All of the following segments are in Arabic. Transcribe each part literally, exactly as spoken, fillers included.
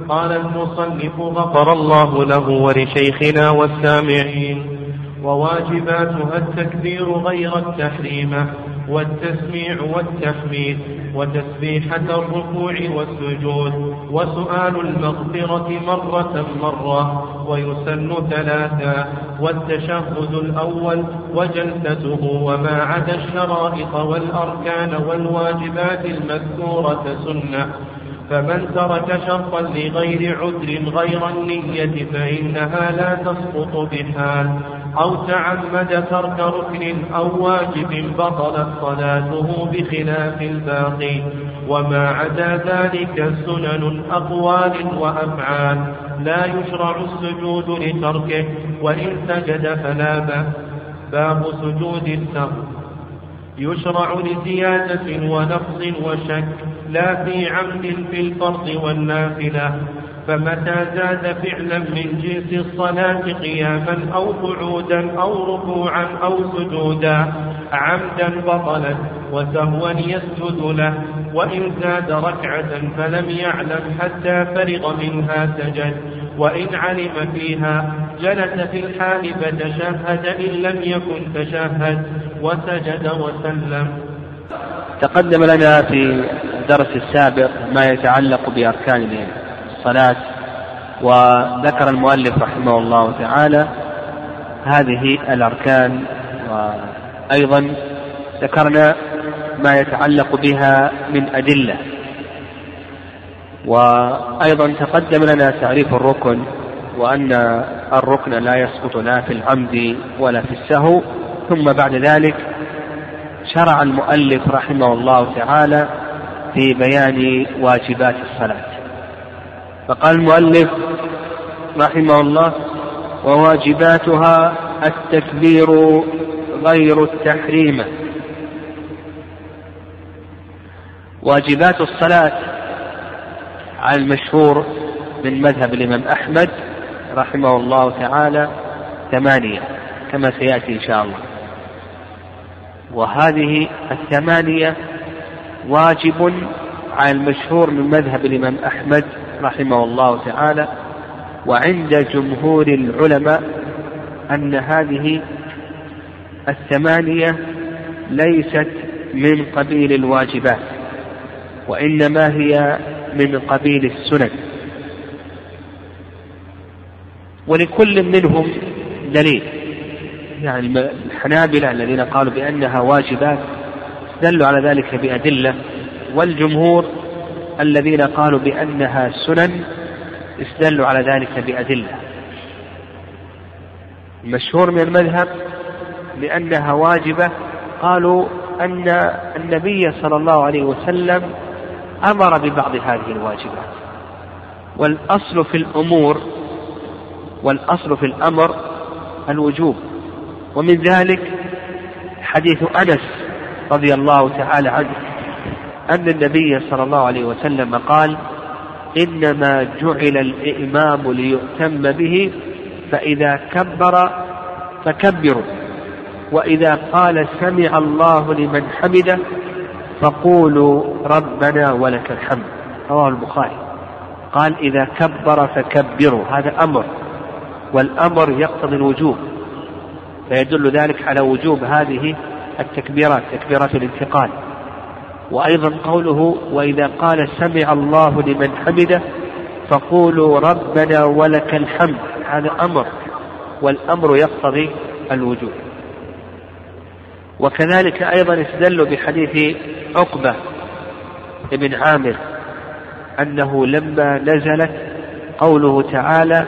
قال المصنف غفر الله له ولشيخنا والسامعين. وواجباتها التكبير غير التحريمة والتسميع والتحميد وتسبيحة الركوع والسجود وسؤال المغفرة مرة مرة ويسن ثلاثا والتشهد الأول وجلسته وما عدا الشرائط والأركان والواجبات المذكورة سنة. فمن ترك شرطا لغير عذر غير النية فإنها لا تسقط بحال، أو تعمد ترك ركن أو واجب بطلت صلاته بخلاف الباقي. وما عدا ذلك سنن أقوال وأفعال لا يشرع السجود لتركه، وإن سجد فلا بأس. باب سجود السهو. يشرع لزيادة ونقص وشك لا في عمد في الفرض والنافلة، فمتى زاد فعلا من جنس الصلاة قياما أو قعودا أو ركوعا أو سجودا عمدا بطلت وسهوا يسجد له، وإن زاد ركعة فلم يعلم حتى فرغ منها سجد، وإن علم فيها جلس في الحال فتشهد إن لم يكن تشهد وسجد وسلم. تقدم لنا في الدرس السابق ما يتعلق بأركان الصلاة، وذكر المؤلف رحمه الله تعالى هذه الأركان، وأيضا ذكرنا ما يتعلق بها من أدلة، وأيضا تقدم لنا تعريف الركن، وأن الركن لا يسقط لا في العمد ولا في السهو. ثم بعد ذلك شرع المؤلف رحمه الله تعالى في بيان واجبات الصلاة، فقال المؤلف رحمه الله: وواجباتها التكبير غير التحريم. واجبات الصلاة على المشهور من مذهب الإمام أحمد رحمه الله تعالى ثمانية كما سيأتي إن شاء الله، وهذه الثمانية واجب على المشهور من مذهب الإمام أحمد رحمه الله تعالى. وعند جمهور العلماء أن هذه الثمانية ليست من قبيل الواجبات، وإنما هي من قبيل السنن، ولكل منهم دليل. يعني الحنابلة الذين قالوا بأنها واجبات دلوا على ذلك بأدلة، والجمهور الذين قالوا بأنها سنن استدلوا على ذلك بأدلة. المشهور من المذهب بأنها واجبة قالوا أن النبي صلى الله عليه وسلم أمر ببعض هذه الواجبات، والأصل في الأمور والأصل في الأمر الوجوب. ومن ذلك حديث أنس رضي الله تعالى عنه أن النبي صلى الله عليه وسلم قال: إنما جعل الإمام ليؤتم به، فإذا كبر فكبروا، وإذا قال سمع الله لمن حمده فقولوا ربنا ولك الحمد. رواه البخاري. قال: إذا كبر فكبروا، هذا أمر، والأمر يقتضي الوجوب، فيدل ذلك على وجوب هذه التكبيرات، تكبيرات الانتقال. وأيضا قوله: وإذا قال سمع الله لمن حمده فقولوا ربنا ولك الحمد، هذا أمر، والأمر يقتضي الوجوب. وكذلك أيضا استدلوا بحديث عقبة ابن عامر أنه لما نزلت قوله تعالى: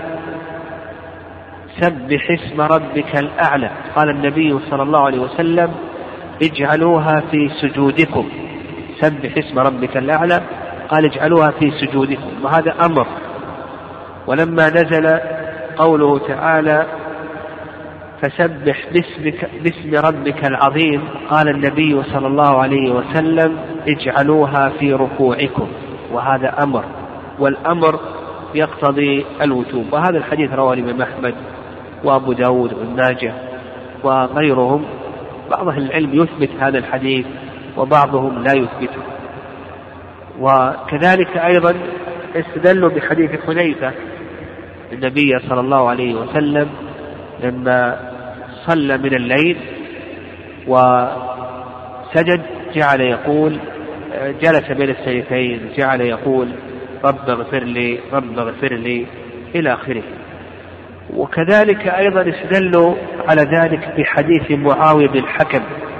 سبح اسم ربك الأعلى، قال النبي صلى الله عليه وسلم: اجعلوها في سجودكم. سبح اسم ربك الأعلى، قال اجعلوها في سجودكم، وهذا أمر. ولما نزل قوله تعالى: فسبح باسمك باسم ربك العظيم، قال النبي صلى الله عليه وسلم: اجعلوها في ركوعكم، وهذا أمر، والأمر يقتضي الوجوب. وهذا الحديث رواه الإمام أحمد وأبو داود وابن ماجه وغيرهم. بعض أهل العلم يثبت هذا الحديث وبعضهم لا يثبته. وكذلك أيضا استدلوا بحديث حذيفة النبي صلى الله عليه وسلم لما صلى من الليل وسجد جعل يقول جلس بين السيفين جعل يقول رب اغفر لي رب اغفر لي إلى آخره. وكذلك أيضا استدلوا على ذلك بحديث معاوية بن الحكم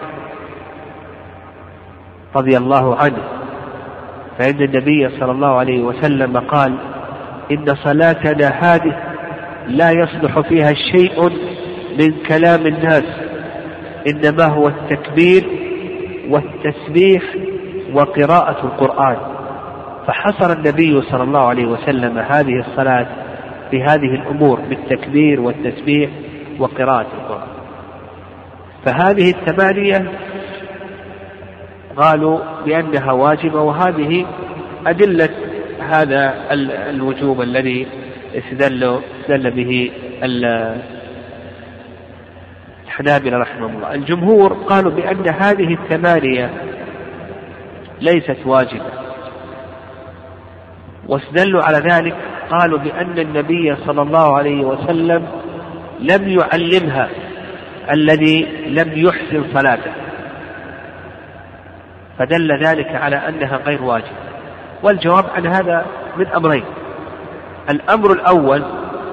رضي الله عنه، فإن النبي صلى الله عليه وسلم قال إن صلاتنا هذه لا يصلح فيها شيء من كلام الناس، إنما هو التكبير والتسبيح وقراءة القرآن. فحصر النبي صلى الله عليه وسلم هذه الصلاة بهذه الأمور بالتكبير والتسبيح وقراءة القرآن. فهذه الثمانية قالوا بأنها واجبة، وهذه أدلة هذا الوجوب الذي استدل به الحنابلة رحمهم الله. الجمهور قالوا بأن هذه الثمانية ليست واجبة، واستدلوا على ذلك قالوا بأن النبي صلى الله عليه وسلم لم يعلمها الذي لم يحسن صلاته، فدل ذلك على أنها غير واجبة. والجواب عن هذا من أمرين: الأمر الأول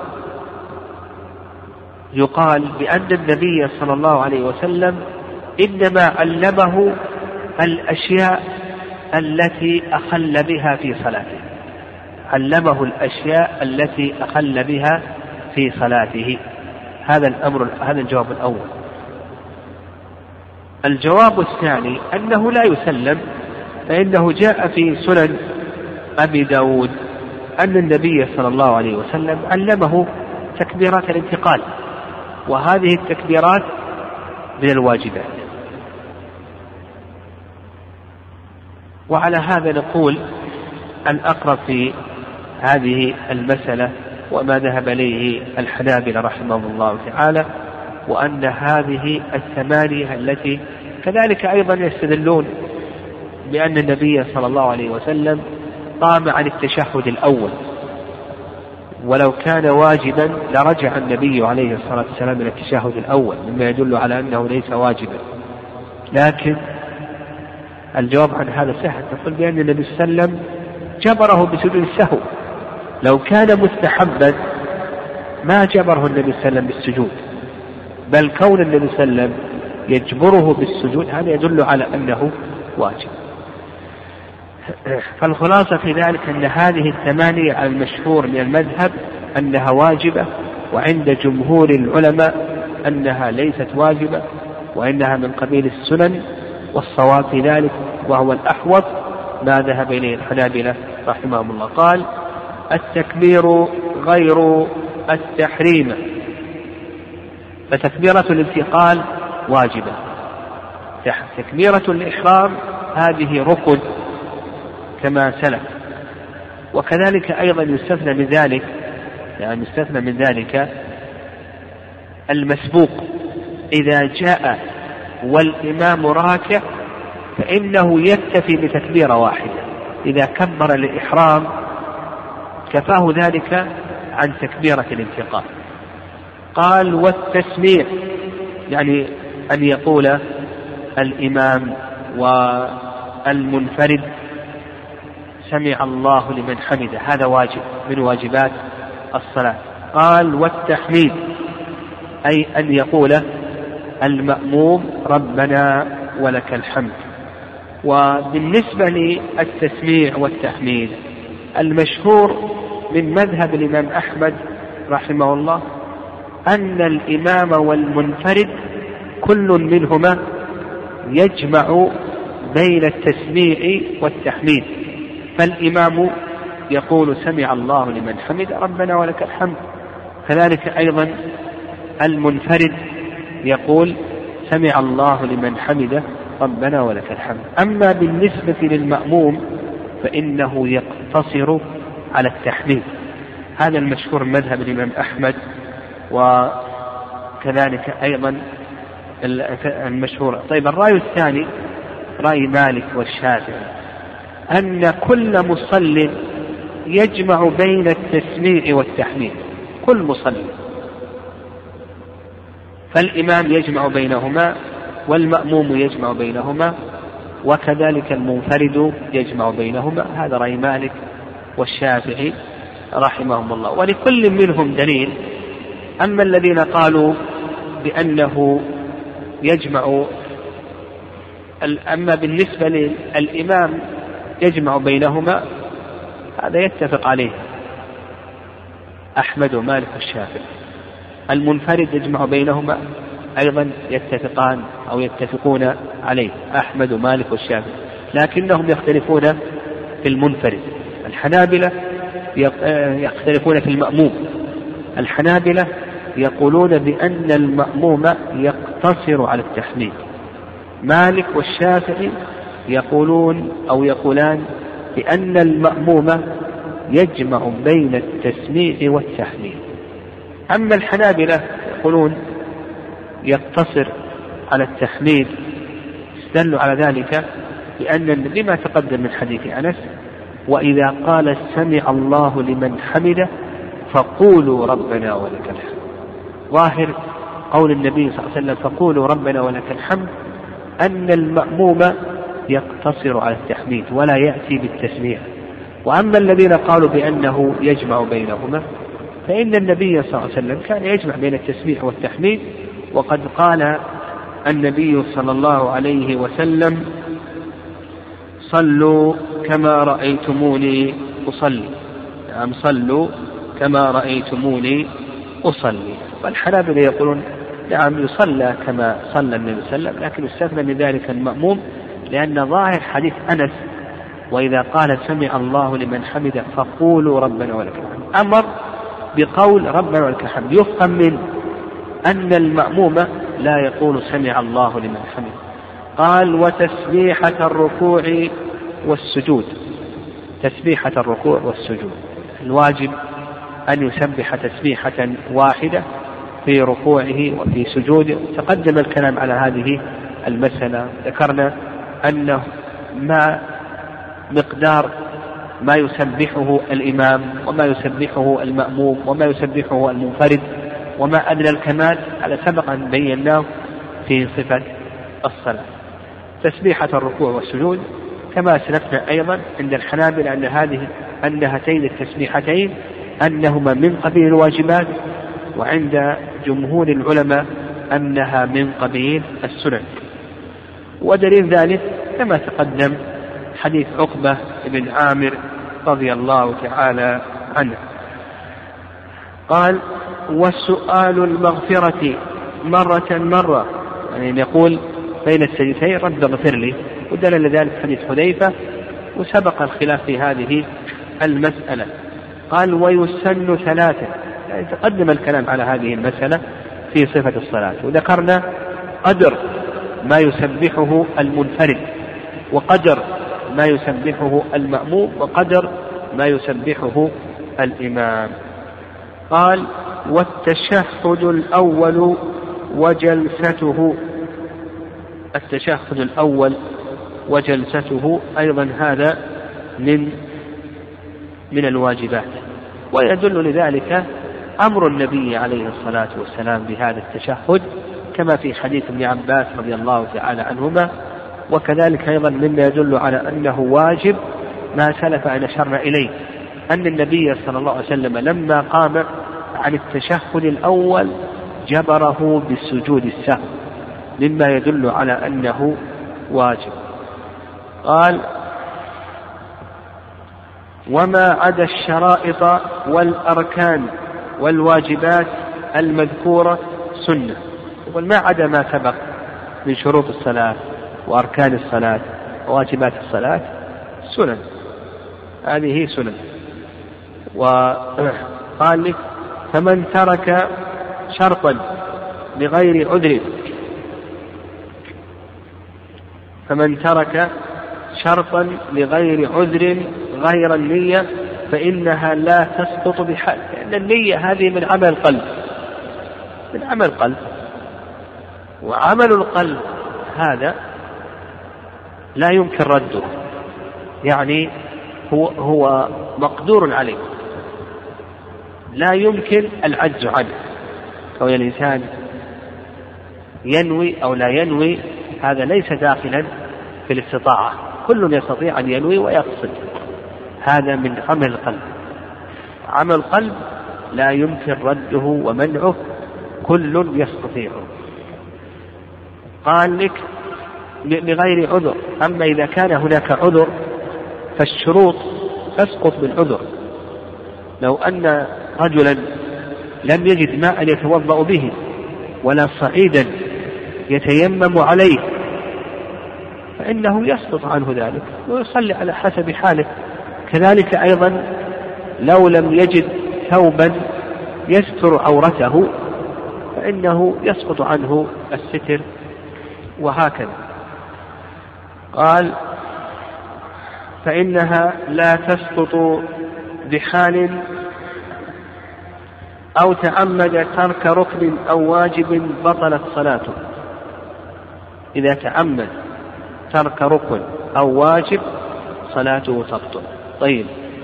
يقال بأن النبي صلى الله عليه وسلم إنما علمه الأشياء التي أخل بها في صلاته، علمه الأشياء التي أخل بها في صلاته. هذا الأمر هذا الجواب الأول. الجواب الثاني أنه لا يسلم، فإنه جاء في سنن أبي داود أن النبي صلى الله عليه وسلم علمه تكبيرات الانتقال، وهذه التكبيرات من الواجبات. وعلى هذا نقول الأقرب في هذه المسألة وما ذهب إليه الحنابلة رحمهم الله تعالى، وأن هذه الثمانية التي كذلك أيضا يستدلون بأن النبي صلى الله عليه وسلم قام عن التشهد الأول، ولو كان واجبا لرجع النبي عليه الصلاة والسلام إلى التشهد الأول، مما يدل على أنه ليس واجبا. لكن الجواب عن هذا سهل، نقول بأن النبي صلى الله عليه وسلم جبره بسجود السهو. لو كان مستحبا ما جبره النبي صلى الله عليه وسلم بالسجود، بل كون النبي صلى الله عليه وسلم يجبره بالسجود هذا يدل على أنه واجب. فالخلاصة في ذلك أن هذه الثمانية على المشهور من المذهب أنها واجبة، وعند جمهور العلماء أنها ليست واجبة وإنها من قبيل السنن. والصواب في ذلك وهو الأحوط ما ذهب إليه الحنابلة رحمهم الله. قال: التكبير غير التحريم، فتكبيرة الانتقال واجبة، تكبيرة الإحرام هذه ركن كما سلف. وكذلك أيضا يستثنى من ذلك يعني يستثنى من ذلك المسبوق، إذا جاء والإمام راكع فإنه يكتفي بتكبيرة واحدة، إذا كبر الإحرام كفاه ذلك عن تكبيرة الانتقال. قال: والتسميع، يعني أن يقول الإمام والمنفرد سمع الله لمن حمده، هذا واجب من واجبات الصلاة. قال: والتحميد، أي أن يقول المأموم ربنا ولك الحمد. وبالنسبة للتسميع والتحميد المشهور من مذهب الإمام أحمد رحمه الله أن الإمام والمنفرد كل منهما يجمع بين التسميع والتحميد، فالإمام يقول سمع الله لمن حمد ربنا ولك الحمد، كذلك أيضا المنفرد يقول سمع الله لمن حمده ربنا ولك الحمد. أما بالنسبة للمأموم فإنه يقتصر على التحميد، هذا المشهور مذهب الإمام أحمد، وكذلك أيضا المشهور. طيب، الرأي الثاني رأي مالك والشافعي، أن كل مصل يجمع بين التسميع والتحميد كل مصلي، فالإمام يجمع بينهما والمأموم يجمع بينهما وكذلك المنفرد يجمع بينهما. هذا رأي مالك والشافعي رحمهم الله، ولكل منهم دليل. أما الذين قالوا بأنه يجمع، أما بالنسبة للإمام يجمع بينهما هذا يتفق عليه أحمد ومالك والشافعي. المنفرد يجمع بينهما أيضا يتفقان أو يتفقون عليه أحمد ومالك والشافعي، لكنهم يختلفون في المنفرد. الحنابلة يختلفون في المأموم. الحنابلة يقولون بأن المأموم يقتصر على التحميد. مالك والشافعي يقولون أو يقولان بأن المأموم يجمع بين التسميع والتحميد. أما الحنابلة يقولون يقتصر على التحميد، استدلوا على ذلك لأن لما تقدم من حديث أنس: وإذا قال سمع الله لمن حمده فقولوا ربنا ولك الحمد. ظاهر قول النبي صلى الله عليه وسلم فقولوا ربنا ولك الحمد أن المأموم يقتصر على التحميد ولا يأتي بالتسميع. وأما الذين قالوا بأنه يجمع بينهما فإن النبي صلى الله عليه وسلم كان يجمع بين التسميع والتحميد، وقد قال النبي صلى الله عليه وسلم: صلوا كما رأيتموني أصلي. نعم، صلوا كما رأيتموني أصلي. والحنابلة يقولون نعم يصلى كما صلى النبي صلى الله عليه وسلم، لكن استثنى من ذلك المأموم، لأن ظاهر حديث أنس: وإذا قال سمع الله لمن حمده فقولوا ربنا ولك الحمد، أمر بقول ربنا ولك الحمد. يفهم من أن المأموم لا يقول سمع الله لمن حمده. قال: وتسبيحة الركوع والسجود. تسبيحة الركوع والسجود الواجب أن يسبح تسبيحة واحدة في ركوعه وفي سجوده. تقدم الكلام على هذه المسألة، ذكرنا أنه ما مقدار ما يسبحه الإمام وما يسبحه المأموم وما يسبحه المنفرد وما أدنى الكمال، على سبق أن بيناه في صفة الصلاة. تسبيحة الركوع والسجود كما سلفنا أيضا عند الحنابلة أن هذه أن هاتين التسبيحتين أنهما من قبيل الواجبات، وعند جمهور العلماء أنها من قبيل السنن. ودليل ذلك كما تقدم حديث عقبة بن عامر رضي الله تعالى عنه قال: وسؤال المغفرة مرة مرة، يعني يقول بين السجدتين رب اغفر لي، ودلل ذلك حديث حذيفة، وسبق الخلاف في هذه المسألة. قال: ويسن ثلاثة، يعني تقدم الكلام على هذه المسألة في صفة الصلاة، وذكرنا قدر ما يسبحه المنفرد وقدر ما يسبحه المأموم وقدر ما يسبحه الإمام. قال: والتشهد الأول وجلسته. التشهد الأول وجلسته أيضا هذا من من الواجبات، ويدل لذلك أمر النبي عليه الصلاة والسلام بهذا التشهد كما في حديث ابن عباس رضي الله تعالى عنهما. وكذلك أيضا مما يدل على أنه واجب ما سلف أن أشرنا إليه أن النبي صلى الله عليه وسلم لما قام عن التشهد الأول جبره بالسجود السهو، مما يدل على أنه واجب. قال: وما عدا الشرائط والأركان والواجبات المذكورة سنة. وما عدا ما سبق من شروط الصلاة وأركان الصلاة وواجبات الصلاة سنن، هذه سنن. وقال لك: فمن ترك شرطا بغير عذر فمن ترك شرطا لغير عذر غير النية فإنها لا تسقط بحال، لأن النية هذه من عمل القلب من عمل القلب وعمل القلب هذا لا يمكن رده. يعني هو, هو مقدور عليه لا يمكن العجز عنه، كون الإنسان ينوي أو لا ينوي هذا ليس داخلا في الاستطاعة، كل يستطيع أن ينوي ويقصد، هذا من عمل القلب. عمل القلب لا يمكن رده ومنعه، كل يستطيعه. قال لك لغير عذر. أما إذا كان هناك عذر فالشروط تسقط بالعذر. لو أن رجلا لم يجد ماء يتوضأ به ولا صعيدا يتيمم عليه فإنه يسقط عنه ذلك ويصلي على حسب حاله. كذلك أيضا لو لم يجد ثوبا يستر عورته فإنه يسقط عنه الستر، وهكذا. قال فإنها لا تسقط بحال أو تعمد ترك ركن أو واجب بطلت صلاته. إذا تعمد ترك ركن أو واجب صلاته تبطل. طيب،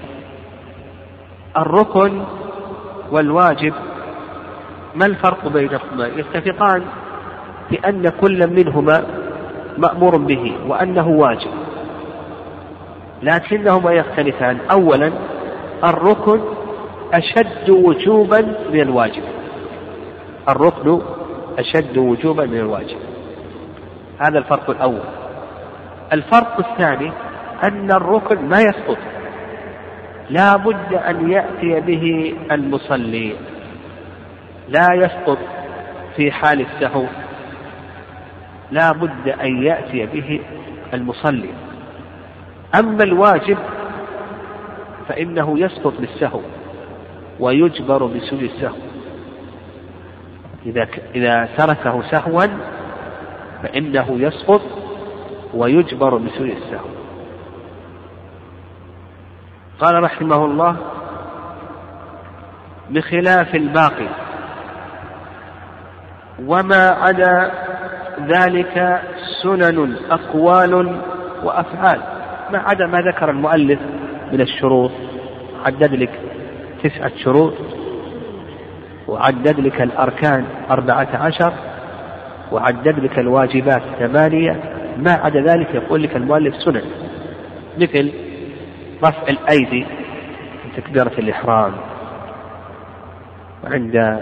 الركن والواجب ما الفرق بينهما؟ يتفقان في أن كل منهما مأمور به وأنه واجب، لكنهما يختلفان. أولا، الركن أشد وجوبا من الواجب، الركن أشد وجوبا من الواجب، هذا الفرق الأول. الفرق الثاني أن الركن ما يسقط، لا بد أن يأتي به المصلي، لا يسقط في حال السهو، لا بد أن يأتي به المصلي. أما الواجب فإنه يسقط بالسهو ويجبر بسجود السهو. إذا إذا تركه سهوا فإنه يسقط ويجبر بسجود السهو. قال رحمه الله: بخلاف الباقي، وما عدا ذلك سنن أقوال وأفعال. ما عدا ما ذكر المؤلف من الشروط، عدد لك تسعة شروط وعدد لك الأركان أربعة عشر وعدد لك الواجبات ثمانية. ما عدا ذلك يقول لك المؤلف سنن، مثل رفع الأيدي في تكبيرة الإحرام، وعند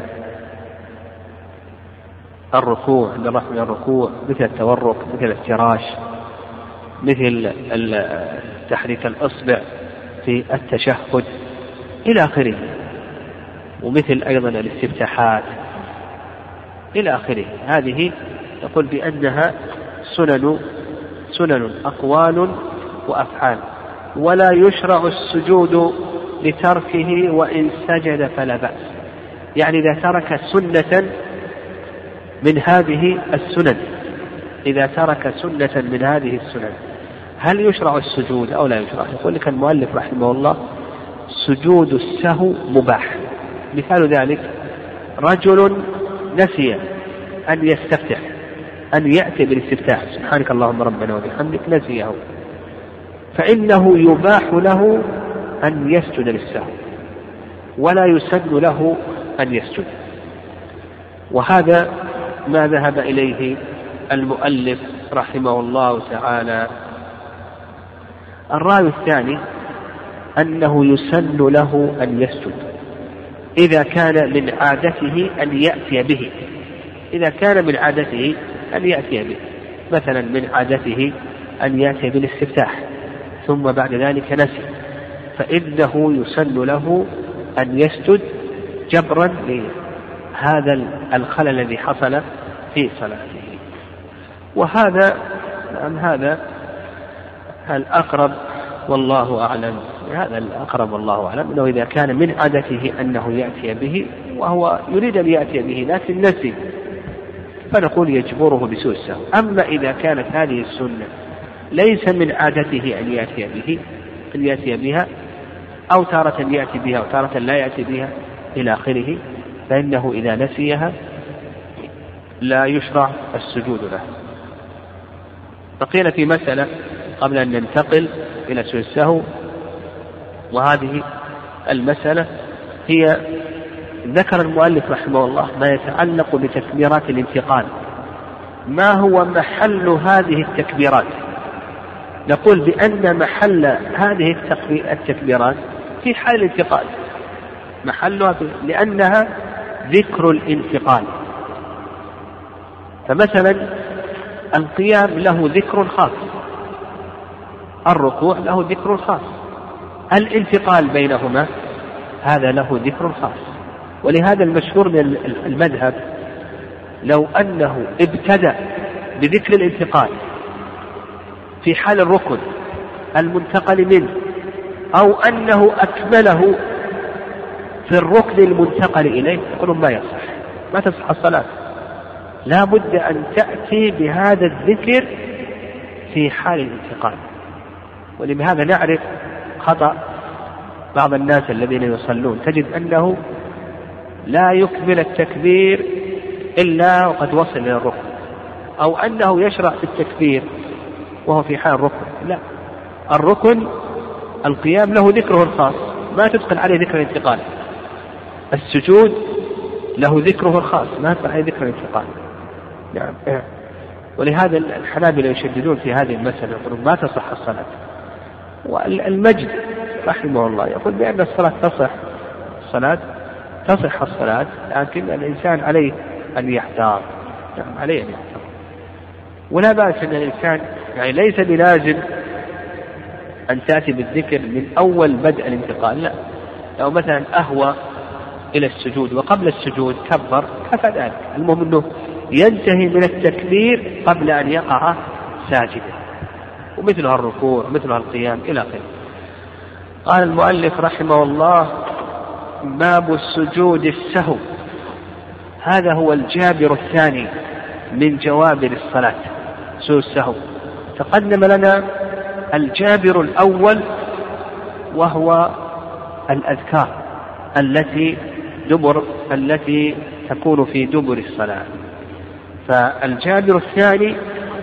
الركوع، عند الرفع من الركوع، مثل التورك، مثل الافتراش، مثل تحريك الأصبع في التشهد إلى آخره، ومثل أيضا الاستفتاحات إلى آخره. هذه يقول بأنها سنن سنن أقوال وأفعال. ولا يشرع السجود لتركه وإن سجد فلا بأس. يعني إذا ترك سنة من هذه السنن، إذا ترك سنة من هذه السنن هل يشرع السجود أو لا يشرع؟ يقول لك المؤلف رحمه الله: سجود السهو مباح. مثال ذلك: رجل نسي أن يستفتح، أن يأتي بالاستفتاح، سبحانك اللهم ربنا وبحمدك، نسيه، فإنه يباح له أن يسجد للسهو ولا يسن له أن يسجد. وهذا ما ذهب إليه المؤلف رحمه الله تعالى. الرأي الثاني أنه يسن له أن يسجد إذا كان من عادته أن يأتي به، إذا كان من عادته أن يأتي به، مثلا من عادته أن يأتي بالاستفتاح ثم بعد ذلك نسي، فإنه يسن له أن يسجد جبرا لهذا الخلل الذي حصل في صلاته. وهذا عن هذا الأقرب والله أعلم، هذا الأقرب والله أعلم، أنه إذا كان من عادته أنه يأتي به وهو يريد أن يأتي به لكن نسي فنقول يجبره بسوء السهو. أما إذا كانت هذه السنة ليس من عادته أن يأتي به أن يأتي بها، أو تارة يأتي بها وتارة لا يأتي بها إلى آخره، فإنه إذا نسيها لا يشرع السجود له. بقينا في مسألة قبل أن ننتقل إلى سوء السهو، وهذه المسألة هي ذكر المؤلف رحمه الله ما يتعلق بتكبيرات الانتقال. ما هو محل هذه التكبيرات؟ نقول بأن محل هذه التكبيرات في حال الانتقال، محلها لأنها ذكر الانتقال. فمثلا القيام له ذكر خاص، الركوع له ذكر خاص، الانتقال بينهما هذا له ذكر خاص. ولهذا المشهور من المذهب لو أنه ابتدأ بذكر الانتقال في حال الركن المنتقل منه، أو أنه أكمله في الركن المنتقل إليه، يقولون ما يصح، ما تصح الصلاة. لا بد أن تأتي بهذا الذكر في حال الانتقال. ولهذا نعرف خطأ بعض الناس الذين يصلون، تجد أنه لا يكمل التكبير إلا وقد وصل إلى الركن، أو أنه يشرع في التكبير وهو في حال الركن. لا، الركن القيام له ذكره الخاص، ما تدخل عليه ذكر الانتقال. السجود له ذكره الخاص، ما تدخل عليه ذكر الانتقال. نعم. ولهذا الحنابلة يشددون في هذه المسألة، يقولون ما تصح الصلاة. والمجد رحمه الله يقول بأن الصلاة تصح، الصلاة تصح الصلاة، لكن الإنسان عليه أن يحتار. نعم، عليه أن يحتار. ولا بأس أن الإنسان يعني ليس بلازم أن تأتي بالذكر من أول بدء الانتقال، لا. لو مثلا أهوى إلى السجود وقبل السجود كبر كفى ذلك، المهم أنه ينتهي من التكبير قبل أن يقع ساجدا، ومثلها الركوع مثلها القيام إلى آخره. قال المؤلف رحمه الله: باب السجود السهو. هذا هو الجابر الثاني من جوابر الصلاة، سجود السهو. تقدم لنا الجابر الأول وهو الأذكار التي دبر التي تكون في دبر الصلاة. فالجابر الثاني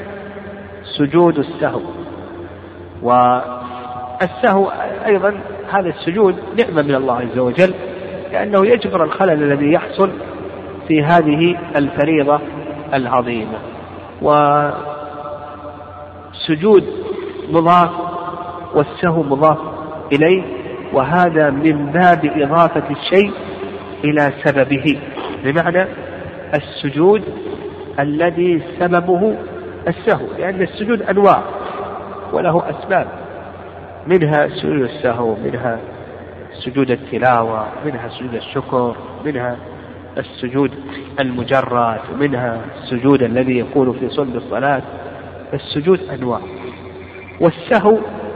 سجود السهو. والسهو أيضا هذا السجود نعمة من الله عز وجل، لأنه يجبر الخلل الذي يحصل في هذه الفريضة العظيمة. وسجود مضاف والسهو مضاف إليه، وهذا من باب إضافة الشيء إلى سببه، بمعنى السجود الذي سببه السهو، لأن السجود أنواع وله أسباب، منها سجود السهو، منها سجود التلاوة، منها سجود الشكر، منها السجود المجرد، ومنها السجود الذي يكون في صلب الصلاة. السجود أنواع. والسهو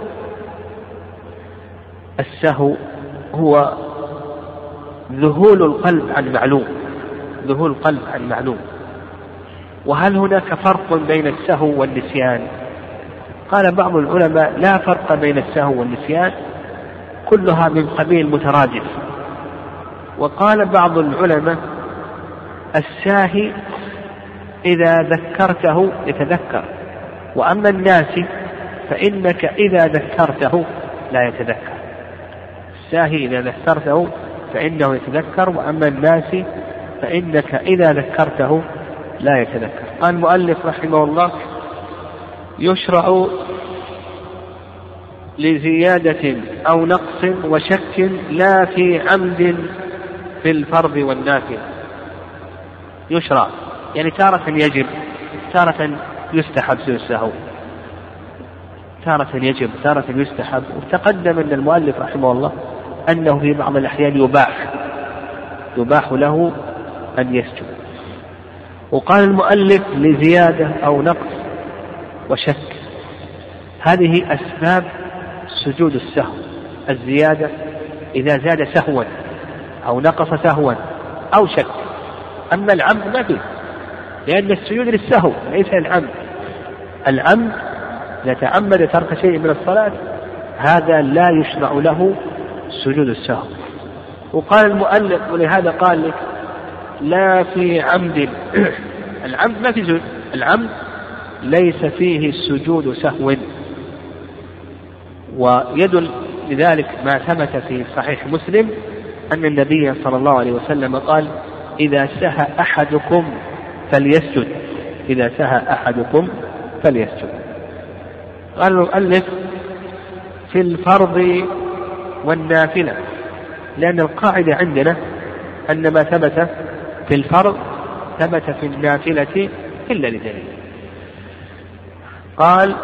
السهو هو ذهول القلب عن معلوم، ذهول القلب عن معلوم. وهل هناك فرق بين السهو والنسيان؟ قال بعض العلماء لا فرق بين السهو والنسيان، كلها من قبيل مترادف. وقال بعض العلماء الساهي إذا ذكرته يتذكر، وأما الناسي فإنك إذا ذكرته لا يتذكر. الساهي إذا ذكرته فإنه يتذكر، وأما الناسي فإنك إذا ذكرته لا يتذكر. قال المؤلف رحمه الله: يشرع لزيادة أو نقص وشك لا في عمد في الفرض والنافل. يشرع يعني تارة يجب، تارة يستحب سجود السهو، تارة يجب، تارة يستحب. وتقدم أن المؤلف رحمه الله أنه في بعض الأحيان يباح يباح له أن يسجد. وقال المؤلف لزيادة أو نقص وشك، هذه أسباب سجود السهو. الزيادة إذا زاد سهوا أو نقص سهوا أو شك. أما العمد ما فيه، لأن السجود للسهو ليس العمد. العمد إذا تعمد ترك شيء من الصلاة هذا لا يشرع له سجود السهو. وقال المؤلف ولهذا قال لك لا في عمد. العمد ما في سجود، العمد ليس فيه سجود سهو. ويدل لذلك ما ثبت في صحيح مسلم أن النبي صلى الله عليه وسلم قال إذا سهى أحدكم فليسجد، إذا سهى أحدكم فليسجد. قال المؤلف في الفرض والنافلة، لأن القاعدة عندنا أن ما ثبت في الفرض ثبت في النافلة إلا لدليل. قال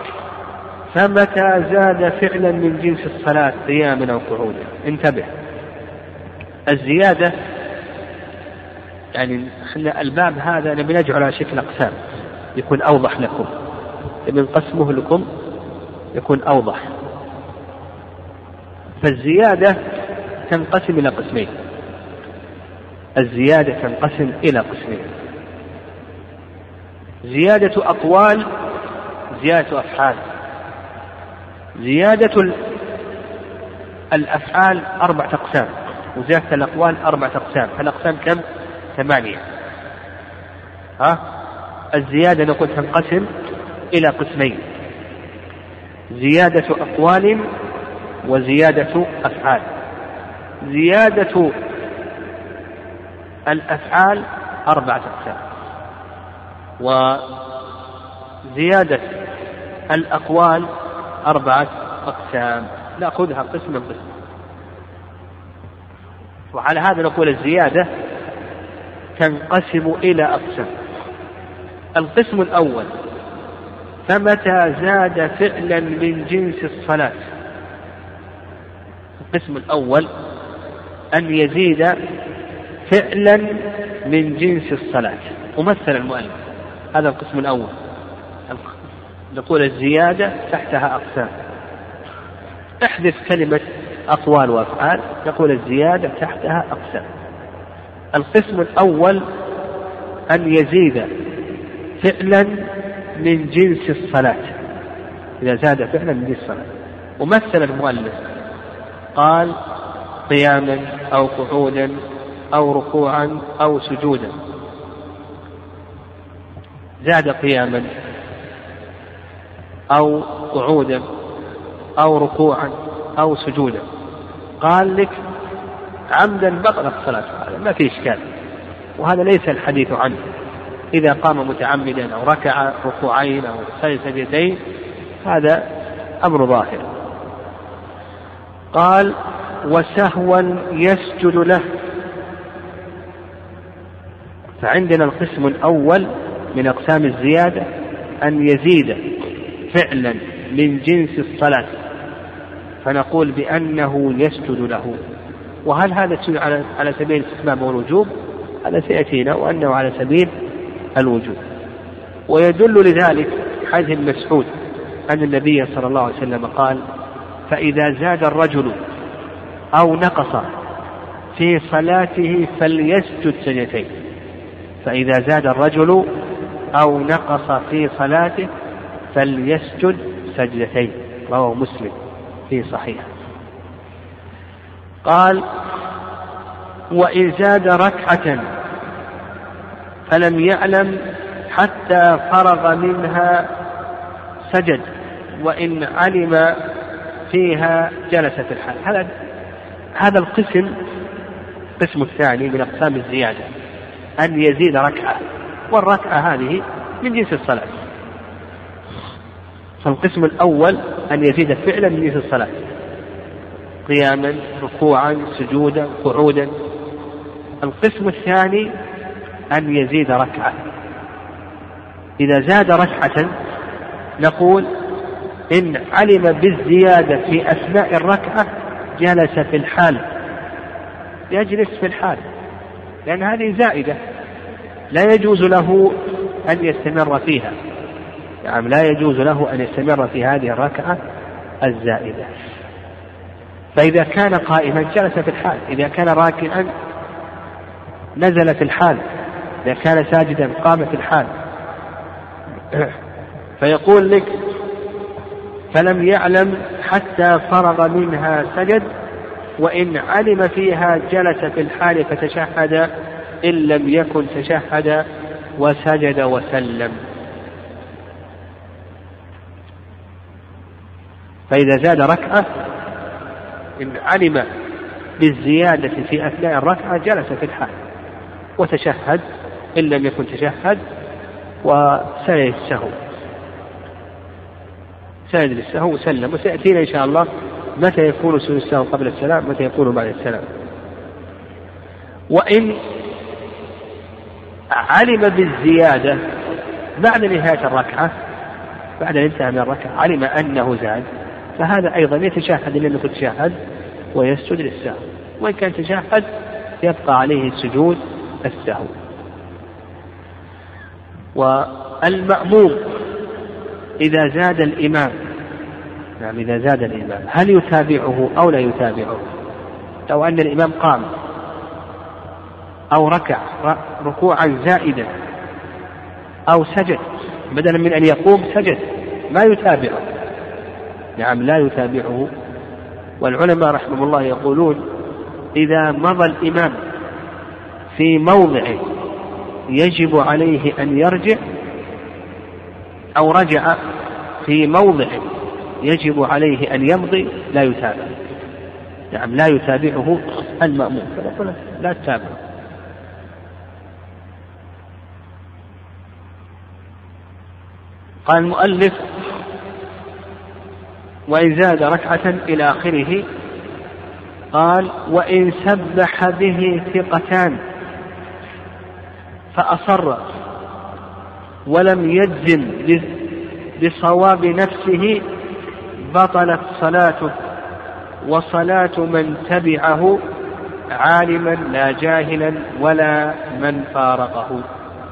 فمتى زاد فعلا من جنس الصلاة قياما أو قعودا. انتبه، الزيادة يعني احنا الباب هذا نبي نجعل على شكل أقسام يكون أوضح لكم، من قسمه لكم يكون أوضح. فالزيادة تنقسم إلى قسمين، الزيادة تنقسم إلى قسمين: زيادة أقوال، زيادة أفعال. زيادة الأفعال أربعة أقسام، وزيادة الأقوال أربعة أقسام. فالأقسام كم؟ ثمانية. ها؟ الزيادة نقول تنقسم إلى قسمين: زيادة أقوال وزيادة أفعال. زيادة الأفعال أربعة أقسام، وزيادة الأقوال أربعة أقسام. نأخذها قسم قسم، وعلى هذا نقول الزيادة تنقسم إلى أقسام. القسم الأول: فمتى زاد فعلا من جنس الصلاة. القسم الأول أن يزيد فعلا من جنس الصلاة. ومثل المؤلف هذا القسم الأول. نقول الزيادة تحتها أقسام، احذف كلمة أقوال وأفعال، نقول الزيادة تحتها أقسام. القسم الأول أن يزيد فعلا من جنس الصلاة، إذا زاد فعلا من جنس الصلاة. ومثل المؤلف قال قياما أو قعودا أو ركوعا أو سجودا. زاد قياما أو قعودا أو ركوعا أو سجودا، قال لك عمدا بطلت صلاته، هذا ما في إشكال، وهذا ليس الحديث عنه. إذا قام متعمدا أو ركع ركوعين أو سجد سجدتين هذا أمر ظاهر. قال وسهوا يسجد له. فعندنا القسم الأول من أقسام الزيادة أن يزيد فعلا من جنس الصلاة، فنقول بأنه يسجد له. وهل هذا على سبيل الاستحباب والوجوب؟ هذا سيأتينا وأنه على سبيل الوجوب. ويدل لذلك حديث ابن مسعود أن النبي صلى الله عليه وسلم قال فإذا زاد الرجل أو نقص في صلاته فليسجد سجدتين. فإذا زاد الرجل أو نقص في صلاته فليسجد سجدتين، رواه مسلم في صحيح. قال وإن زاد ركعة فلم يعلم حتى فرغ منها سجد، وإن علم فيها جلس في الحال. هذا هذا القسم القسم الثاني من أقسام الزيادة، أن يزيد ركعة، والركعة هذه من جنس الصلاة. فالقسم الأول أن يزيد فعلا من جنس الصلاة، قياما ركوعا سجودا قعودا. القسم الثاني أن يزيد ركعة. إذا زاد ركعة نقول إن علم بالزيادة في أثناء الركعة جلس في الحال، يجلس في الحال، لأن هذه زائدة لا يجوز له أن يستمر فيها، يعني لا يجوز له أن يستمر في هذه الركعة الزائدة. فإذا كان قائما جلس في الحال، إذا كان راكعا نزل في الحال، إذا كان ساجدا قام في الحال. فيقول لك فلم يعلم حتى فرغ منها سجد، وإن علم فيها جلس في الحال فتشهد، إن لم يكن تشهد وسجد وسلم. فإذا زاد ركعة إن علم بالزيادة في أثناء الركعة جلس في الحال وتشهد إن لم يكن تشهد وسجد السهو سجد السهو وسلم. وسيأتينا إن شاء الله متى يكون سجود السهو قبل السلام متى يكون بعد السلام. وإن علم بالزيادة بعد نهاية الركعة بعد الانتهاء من الركعة علم أنه زاد فهذا أيضا يتشهد إن لم يكن تشهد ويسجد للسهو، وإن كان تشهد يبقى عليه سجود السهو. والمأموم إذا زاد الإمام نعم إذا زاد الإمام هل يتابعه أو لا يتابعه؟ لو أن الإمام قام أو ركع ركوعا زائدا أو سجد بدلا من أن يقوم سجد ما يتابعه، نعم لا يتابعه. والعلماء رحمه الله يقولون إذا مضى الإمام في موضع يجب عليه أن يرجع أو رجع في موضع يجب عليه أن يمضي لا يتابع، نعم لا يتابعه المأموم لا تتابعه. قال المؤلف وإن زاد ركعة إلى آخره قال وإن سبح به ثقتان فأصر ولم يجزم بصواب نفسه بطلت صلاته وصلاة من تبعه عالما لا جاهلا ولا من فارقه.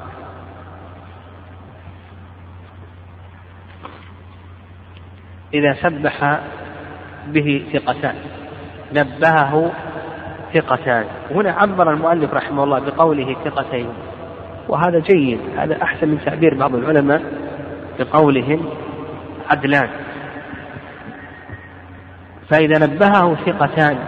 إذا سبح به ثقتان نبهه ثقتان، هنا عبر المؤلف رحمه الله بقوله ثقتين وهذا جيد، هذا أحسن من تعبير بعض العلماء بقولهم عدلان. فإذا نبهه ثقتان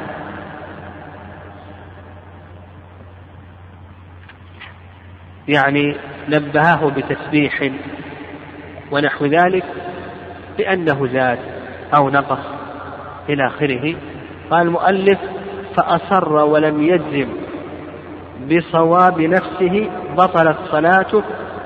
يعني نبهه بتسبيح ونحو ذلك بأنه زاد أو نقص إلى آخره. قال المؤلف فأصر ولم يجزم بصواب نفسه بطلت صلاته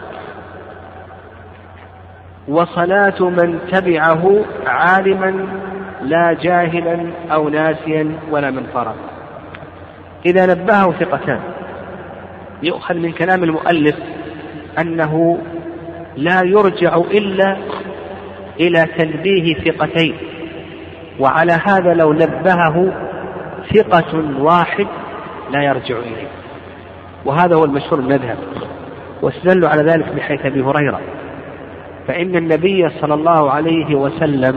وصلاة من تبعه عالما لا جاهلا أو ناسيا ولا من فرق. إذا نبهه ثقتان يؤخذ من كلام المؤلف أنه لا يرجع إلا إلى تنبيه ثقتين، وعلى هذا لو نبهه ثقة واحد لا يرجع إليه، وهذا هو المشهور المذهب. واستدلوا على ذلك بحيث أبي هريرة، فإن النبي صلى الله عليه وسلم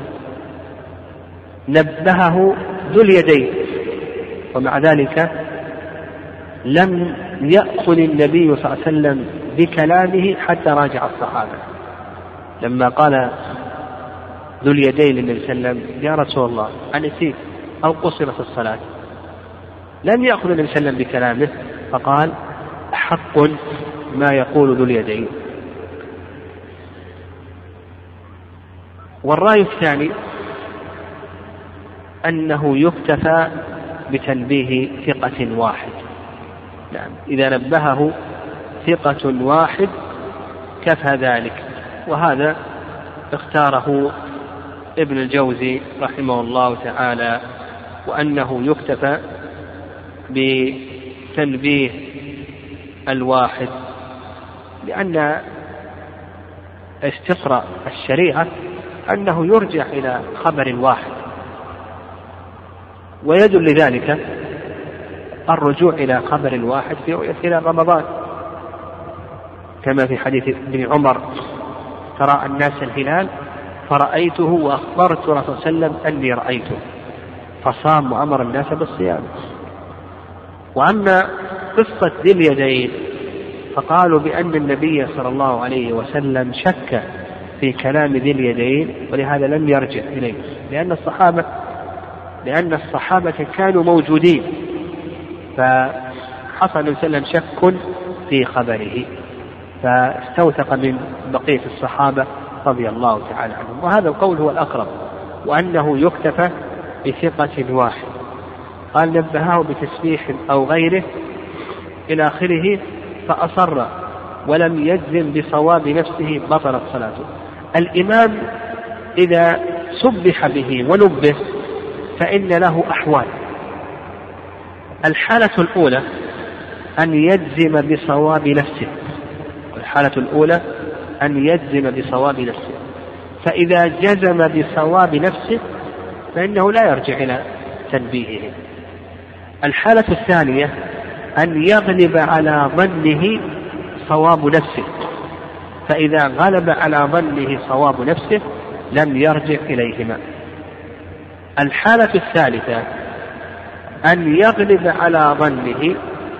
نبهه ذو اليدين ومع ذلك لم يأخذ النبي صلى الله عليه وسلم بكلامه حتى راجع الصحابة. لما قال ذو اليدين للنبي صلى الله عليه وسلم يا رسول الله أنسيت أو قصرت الصلاة، لم يأخذ النبي صلى الله عليه وسلم بكلامه فقال حق ما يقول ذو اليدين. والرأي الثاني أنه يكتفى بتنبيه ثقة واحد، نعم إذا نبهه ثقة واحد كفى ذلك، وهذا اختاره ابن الجوزي رحمه الله تعالى، وأنه يكتفى بتنبيه الواحد، لأن استقراء الشريعة أنه يرجع إلى خبر واحد، ويدل لذلك الرجوع إلى خبر واحد في رؤية هلال رمضان، كما في حديث ابن عمر ترى الناس الهلال فرأيته وأخبرت رسول الله صلى الله عليه وسلم أني رأيته فصام وأمر الناس بالصيام. وأما قصة ذي اليدين فقالوا بأن النبي صلى الله عليه وسلم شك في كلام ذي اليدين ولهذا لم يرجع إليه، لأن الصحابة لأن الصحابة كانوا موجودين فحصل النبي صلى الله عليه وسلم شك في خبره فاستوثق من بقية الصحابة رضي الله تعالى عنهم. وهذا القول هو الأقرب، وأنه يكتفى بثقة واحد، قال نبهه بتسبيح أو غيره إلى آخره فأصر ولم يجزم بصواب نفسه بطلت صلاته. الإمام إذا سبح به ونبه فإن له أحوال. الحالة الأولى أن يجزم بصواب نفسه، الحالة الأولى أن يجزم بصواب نفسه، فإذا جزم بصواب نفسه فإنه لا يرجع إلى تنبيهه. الحالة الثانية أن يغلب على ظنه صواب نفسه، فإذا غلب على ظنه صواب نفسه لم يرجع إليهما. الحالة الثالثة أن يغلب على ظنه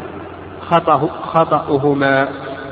خطأهما،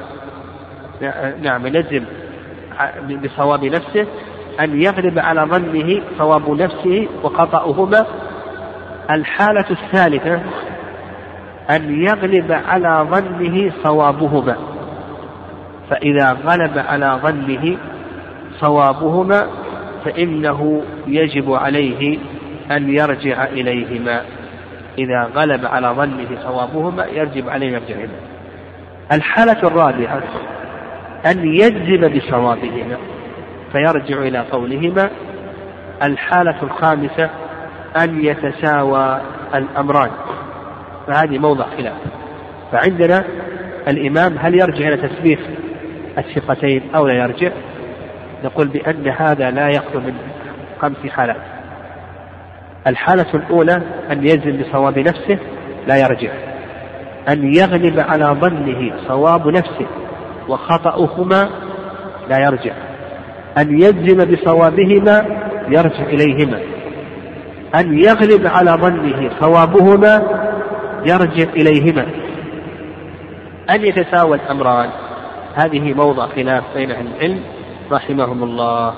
نعم نجزم بصواب نفسه، أن يغلب على ظنه صواب نفسه وخطأهما. الحالة الثالثة أن يغلب على ظنه صوابهما، فإذا غلب على ظنه صوابهما فإنه يجب عليه أن يرجع إليهما. إذا غلب على ظنه صوابهما يجب عليه يرجع إليهما. الحالة الرابعة أن يجزم بصوابهما فيرجع إلى قولهما. الحالة الخامسة أن يتساوى الأمران، فهذه موضع خلاف. فعندنا الإمام هل يرجع إلى تسبيح الثقتين أو لا يرجع؟ نقول بأن هذا لا يخلو من خمس حالات. الحالة الأولى أن يجزم بصواب نفسه لا يرجع، أن يغلب على ظنه صواب نفسه وخطأهما لا يرجع، أن يجزم بصوابهما يرجع إليهما، أن يغلب على ظنه صوابهما يرجع إليهما، أن يتساوى الأمران. هذه موضع خلاف بين أهل العلم رحمهم الله.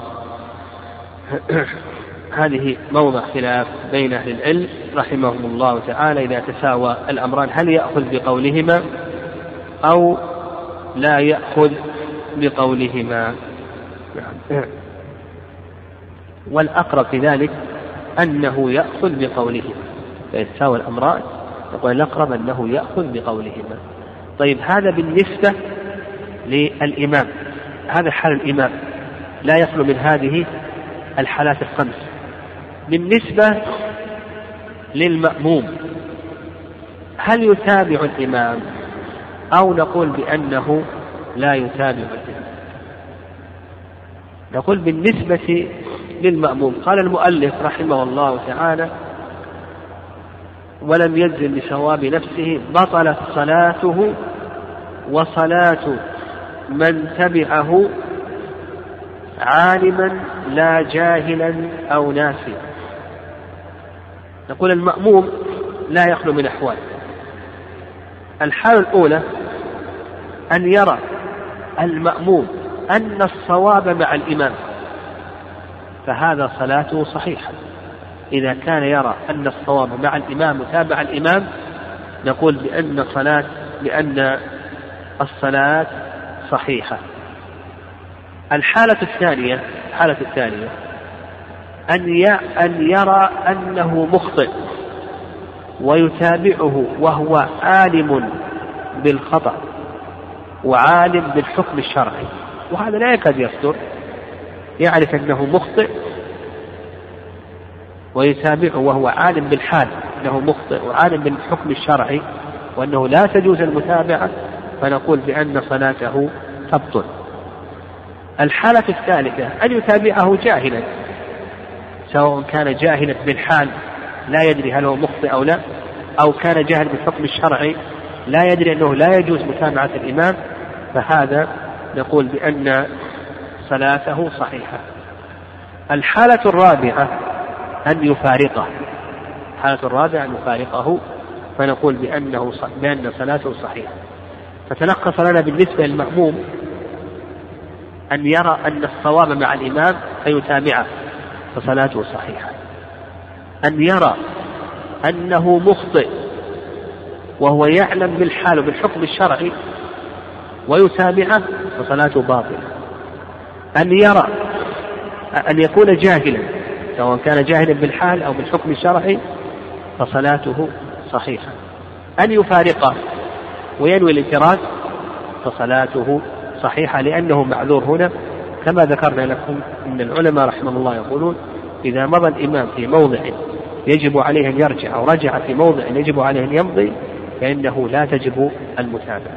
هذه موضع خلاف بين أهل العلم رحمهم الله تعالى. إذا تساوى الأمران هل يأخذ بقولهما أو لا يأخذ بقولهما؟ والأقرب في ذلك أنه يأخذ بقولهما. إذا تساوى الأمران نقول الأقرب أنه يأخذ بقولهما. طيب هذا بالنسبة للإمام، هذا حال الإمام لا يخلو من هذه الحالات الخمس. بالنسبة للمأموم هل يتابع الإمام أو نقول بأنه لا يتابع الإمام؟ نقول بالنسبة للمأموم قال المؤلف رحمه الله تعالى ولم يجزم بصواب نفسه بطلت صلاته وصلاة من تبعه عالما لا جاهلا أو ناسيا. نقول المأموم لا يخلو من أحوال. الحالة الأولى أن يرى المأموم أن الصواب مع الإمام فهذا صلاته صحيحة. إذا كان يرى أن الصواب مع الإمام وتابع الإمام نقول بأن صلاة بأن الصلاة صحيحة. الحالة الثانية الحالة الثانية أن أن يرى أنه مخطئ ويتابعه وهو عالم بالخطأ وعالم بالحكم الشرعي، وهذا لا يكاد يصدر. يعرف أنه مخطئ ويتابعه وهو عالم بالحال أنه مخطئ وعالم بالحكم الشرعي وأنه لا تجوز المتابعة، فنقول بأن صلاته تبطل. الحالة الثالثة أن يتابعه جاهلا، سواء كان جاهلا بالحال لا يدري هل هو مخطئ أو لا، أو كان جاهل بالحكم الشرعي لا يدري أنه لا يجوز متابعة الإمام، فهذا نقول بأن صلاته صحيحة. الحالة الرابعة أن يفارقه الحالة الرابعة أن يفارقه فنقول بأنه بأن صلاته صحيحة. فتلخص لنا بالنسبة للمأموم أن يرى أن الصواب مع الإمام فيتابعه فصلاته صحيحة، أن يرى أنه مخطئ وهو يعلم بالحال وبالحكم الشرعي ويتابعه فصلاته باطلة، أن يرى أن يكون جاهلا سواء كان جاهلا بالحال أو بالحكم الشرعي فصلاته صحيحة. أن يفارقه وينوي الانفراد فصلاته صحيحة لأنه معذور هنا، كما ذكرنا لكم أن العلماء رحمه الله يقولون إذا مضى الإمام في موضع يجب عليه أن يرجع أو رجع في موضع يجب عليه أن يمضي فإنه لا تجب المتابعة.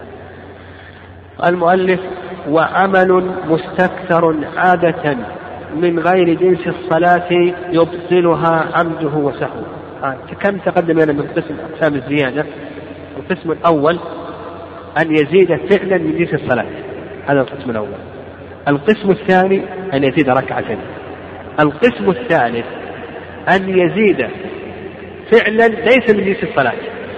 المؤلف: وعمل مستكثر عادة من غير جنس الصلاة يبطلها عمده وسهوه. كم تقدم لنا من قسم أقسام الزيادة؟ القسم الأول أن يزيد فعلا من جنس الصلاة، هذا القسم الأول. القسم الثاني أن يزيد ركعة. القسم الثالث أن يزيد فعلا ليس من جنس الصلاة.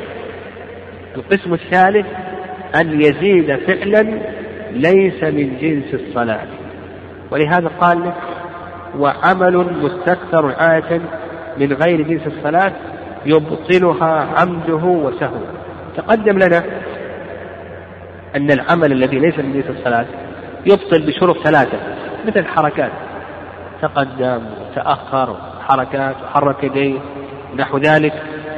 القسم الثالث أن يزيد فعلا ليس من جنس الصلاة. ولهذا قال: وعمل مستكثر عادة من غير جنس الصلاة يبطلها عمده وسهوه. تقدم لنا أن العمل الذي ليس من جنس الصلاة يبطل بشروط ثلاثة، مثل الحركات، تقدم وتأخر، حركات وحرك يديه نحو ذلك،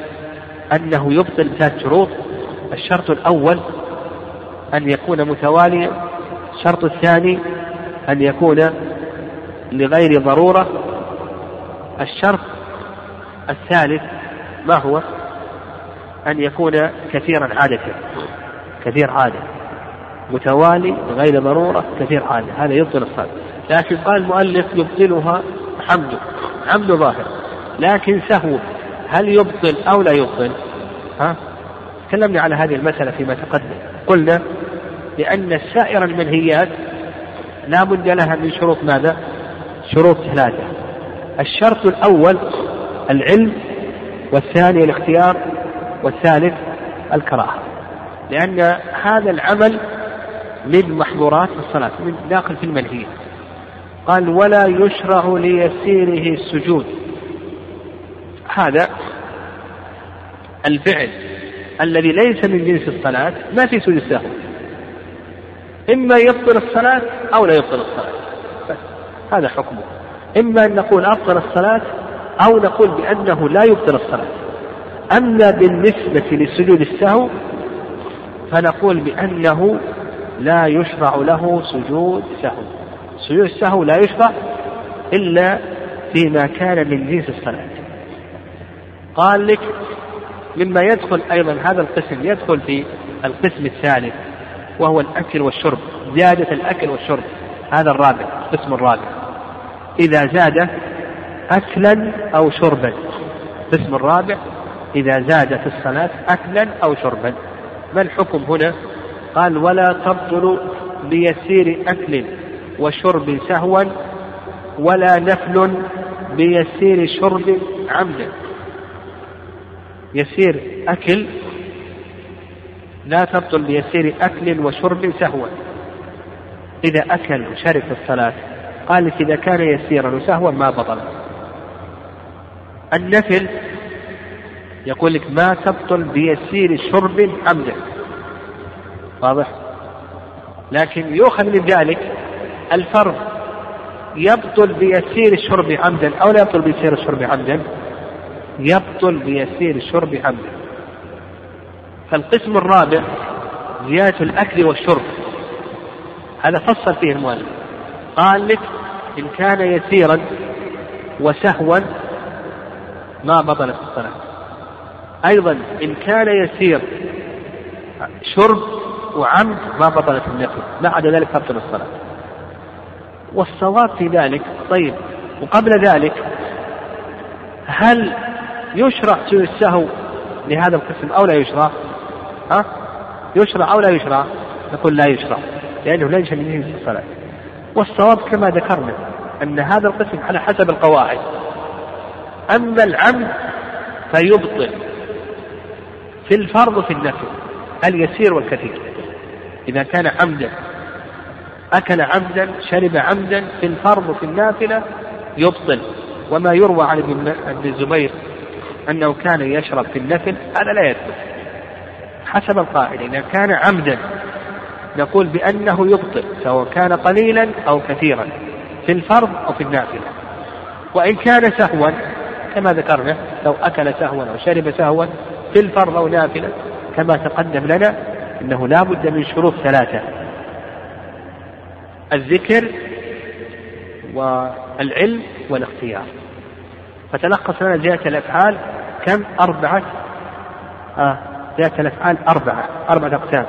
أنه يبطل بثلاث شروط. الشرط الأول أن يكون متواليا، الشرط الثاني أن يكون لغير ضرورة، الشرط الثالث ما هو؟ أن يكون كثيرا عادة، كثير عادة، متوالي غير ضرورة كثير عادة، هذا يبطل الصلاة. لكن قال المؤلف يبطلها حمده، حمده ظاهر، لكن سهو هل يبطل أو لا يبطل؟ ها؟ تكلمنا على هذه المسألة فيما تقدم، قلنا لأن سائر المنهيات لا بد لها من شروط ماذا؟ شروط ثلاثة. الشرط الأول العلم، والثاني الاختيار، والثالث الكراهة، لأن هذا العمل من محظورات الصلاة، من داخل في المنهيات. قال: ولا يشرع ليسيره السجود. هذا الفعل الذي ليس من جنس الصلاة ما في سجود السهو، إما يبطل الصلاة أو لا يبطل الصلاة، بس هذا حكمه. إما أن نقول أبطل الصلاة أو نقول بأنه لا يبطل الصلاة. أما بالنسبة لسجود السهو فنقول بأنه لا يشرع له سجود سهو. سجود السهو لا يشرع إلا فيما كان من جنس الصلاة. قال لك مما يدخل أيضا هذا القسم، يدخل في القسم الثالث وهو الأكل والشرب، زيادة الأكل والشرب، هذا الرابع، القسم الرابع، إذا زاد أكلا أو شربا. القسم الرابع إذا زاد في الصلاة أكلا أو شربا. ما الحكم هنا؟ قال: ولا تبطل بيسير أكل وشرب سهوا ولا نفل بيسير شرب عمدا. يسير أكل لا تبطل بيسير أكل وشرب سهوا، إذا أكل وشرب في الصلاة. قال: إذا كان يسيرا وسهوا ما بطل. النفل يقول لك ما تبطل بيسير شرب عمدا، واضح؟ لكن يؤخذ من ذلك الفرض، يبطل بيسير الشرب عمدا أو لا يبطل بيسير الشرب عمدا؟ يبطل بيسير الشرب عمدا. فالقسم الرابع زيادة الأكل والشرب، هذا فصل فيه المؤلف، قال لك إن كان يسيرا وسهوا ما بطلت الصلاة. أيضا إن كان يسير شرب وعمد ما بطلت النفل، ما عدا ذلك تبطل الصلاة. والصواب في ذلك. طيب، وقبل ذلك هل يشرع سجود السهو لهذا القسم أو لا يشرع؟ ها؟ يشرع أو لا يشرع؟ نقول لا يشرع لأنه لا يشرع من الصلاة. والصواب كما ذكرنا أن هذا القسم على حسب القواعد. أما العمد فيبطل في الفرض وفي النفل، اليسير والكثير. إذا كان عمدا أكل عمدا شرب عمدا في الفرض وفي النافلة يبطل. وما يروى عن ابن الزبير أنه كان يشرب في النفل هذا لا يثبت. حسب القاعدة إذا كان عمدا نقول بأنه يبطل سواء كان قليلا أو كثيرا في الفرض أو في النافلة. وإن كان سهوا كما ذكرنا، لو أكل سهوا أو شرب سهوا في الفرض أو نافلة كما تقدم لنا، إنه لا بد من شروط ثلاثة: الذكر والعلم والاختيار. فتلخص لنا زيادة الأفعال كم؟ أربعة آه زيادة الأفعال أربعة أربعة أقسام: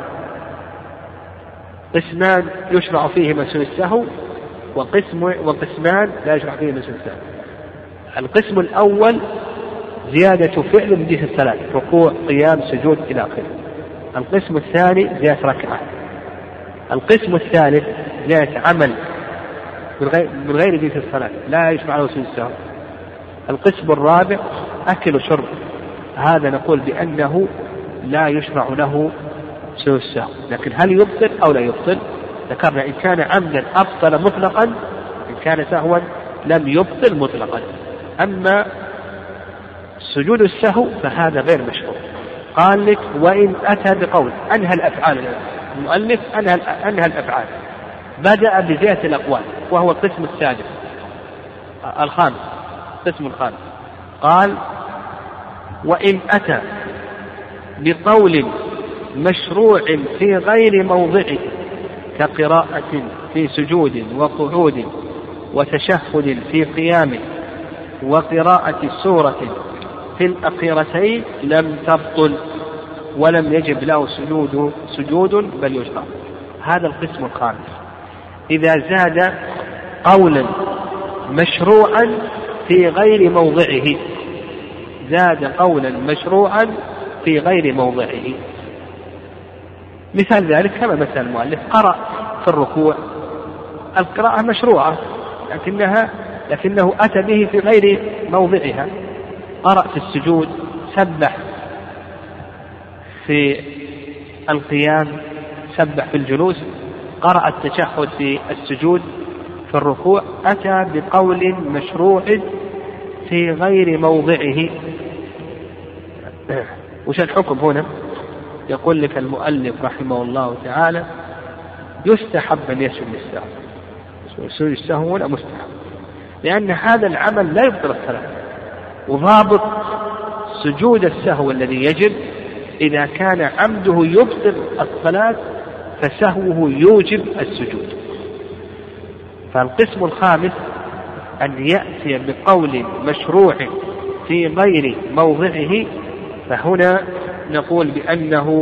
قسمان يشرع فيهما سوء السهو، وقسم وقسمان لا يشرع فيهما سوء السهو. القسم الأول زيادة فعل من جهة الصلاة، ركوع قيام سجود إلى آخره. القسم الثاني زيادة ركعة. القسم الثالث زيادة عمل من غير جهة الصلاة لا يشرع له سوء السهو. القسم الرابع أكل وشرب، هذا نقول بأنه لا يشرع له سوء السهو، لكن هل يبطل أو لا يبطل؟ ذكرنا إن كان عمدا أبطل مطلقا، إن كان سهوا لم يبطل مطلقا. أما سجود السهو فهذا غير مشروع. قال لك: وإن أتى بقول أنهى الأفعال، المؤلف أنهى, أنهى الأفعال، بدأ بزيادة الأقوال وهو القسم السادس الخامس القسم الخامس. قال: وإن أتى بقول مشروع في غير موضعه كقراءة في سجود وقعود وتشهد في قيام وقراءة سورة في الأخيرتين لم تبطل ولم يجب له سجود سجود بل يشرع. هذا القسم الخامس. إذا زاد قولا مشروعا في غير موضعه، زاد قولا مشروعا في غير موضعه. مثال ذلك كما مثل المؤلف: قرأ في الركوع، القراءة مشروعة لكنها لكنه أتى به في غير موضعها. قرأ في السجود، سبح في القيام، سبح في الجلوس. قرأ التشهد في السجود، في الركوع، أتى بقول مشروع في غير موضعه. وش الحكم هنا؟ يقول لك المؤلف رحمه الله تعالى: يستحب أن يسجد للسهو. سجود السهو ولا مستحب، لأن هذا العمل لا يبطل الصلاة. وضابط سجود السهو الذي يجب إذا كان عمده يبطل الصلاة فسهوه يوجب السجود. فالقسم الخامس أن يأتي بقول مشروع في غير موضعه، فهنا نقول بأنه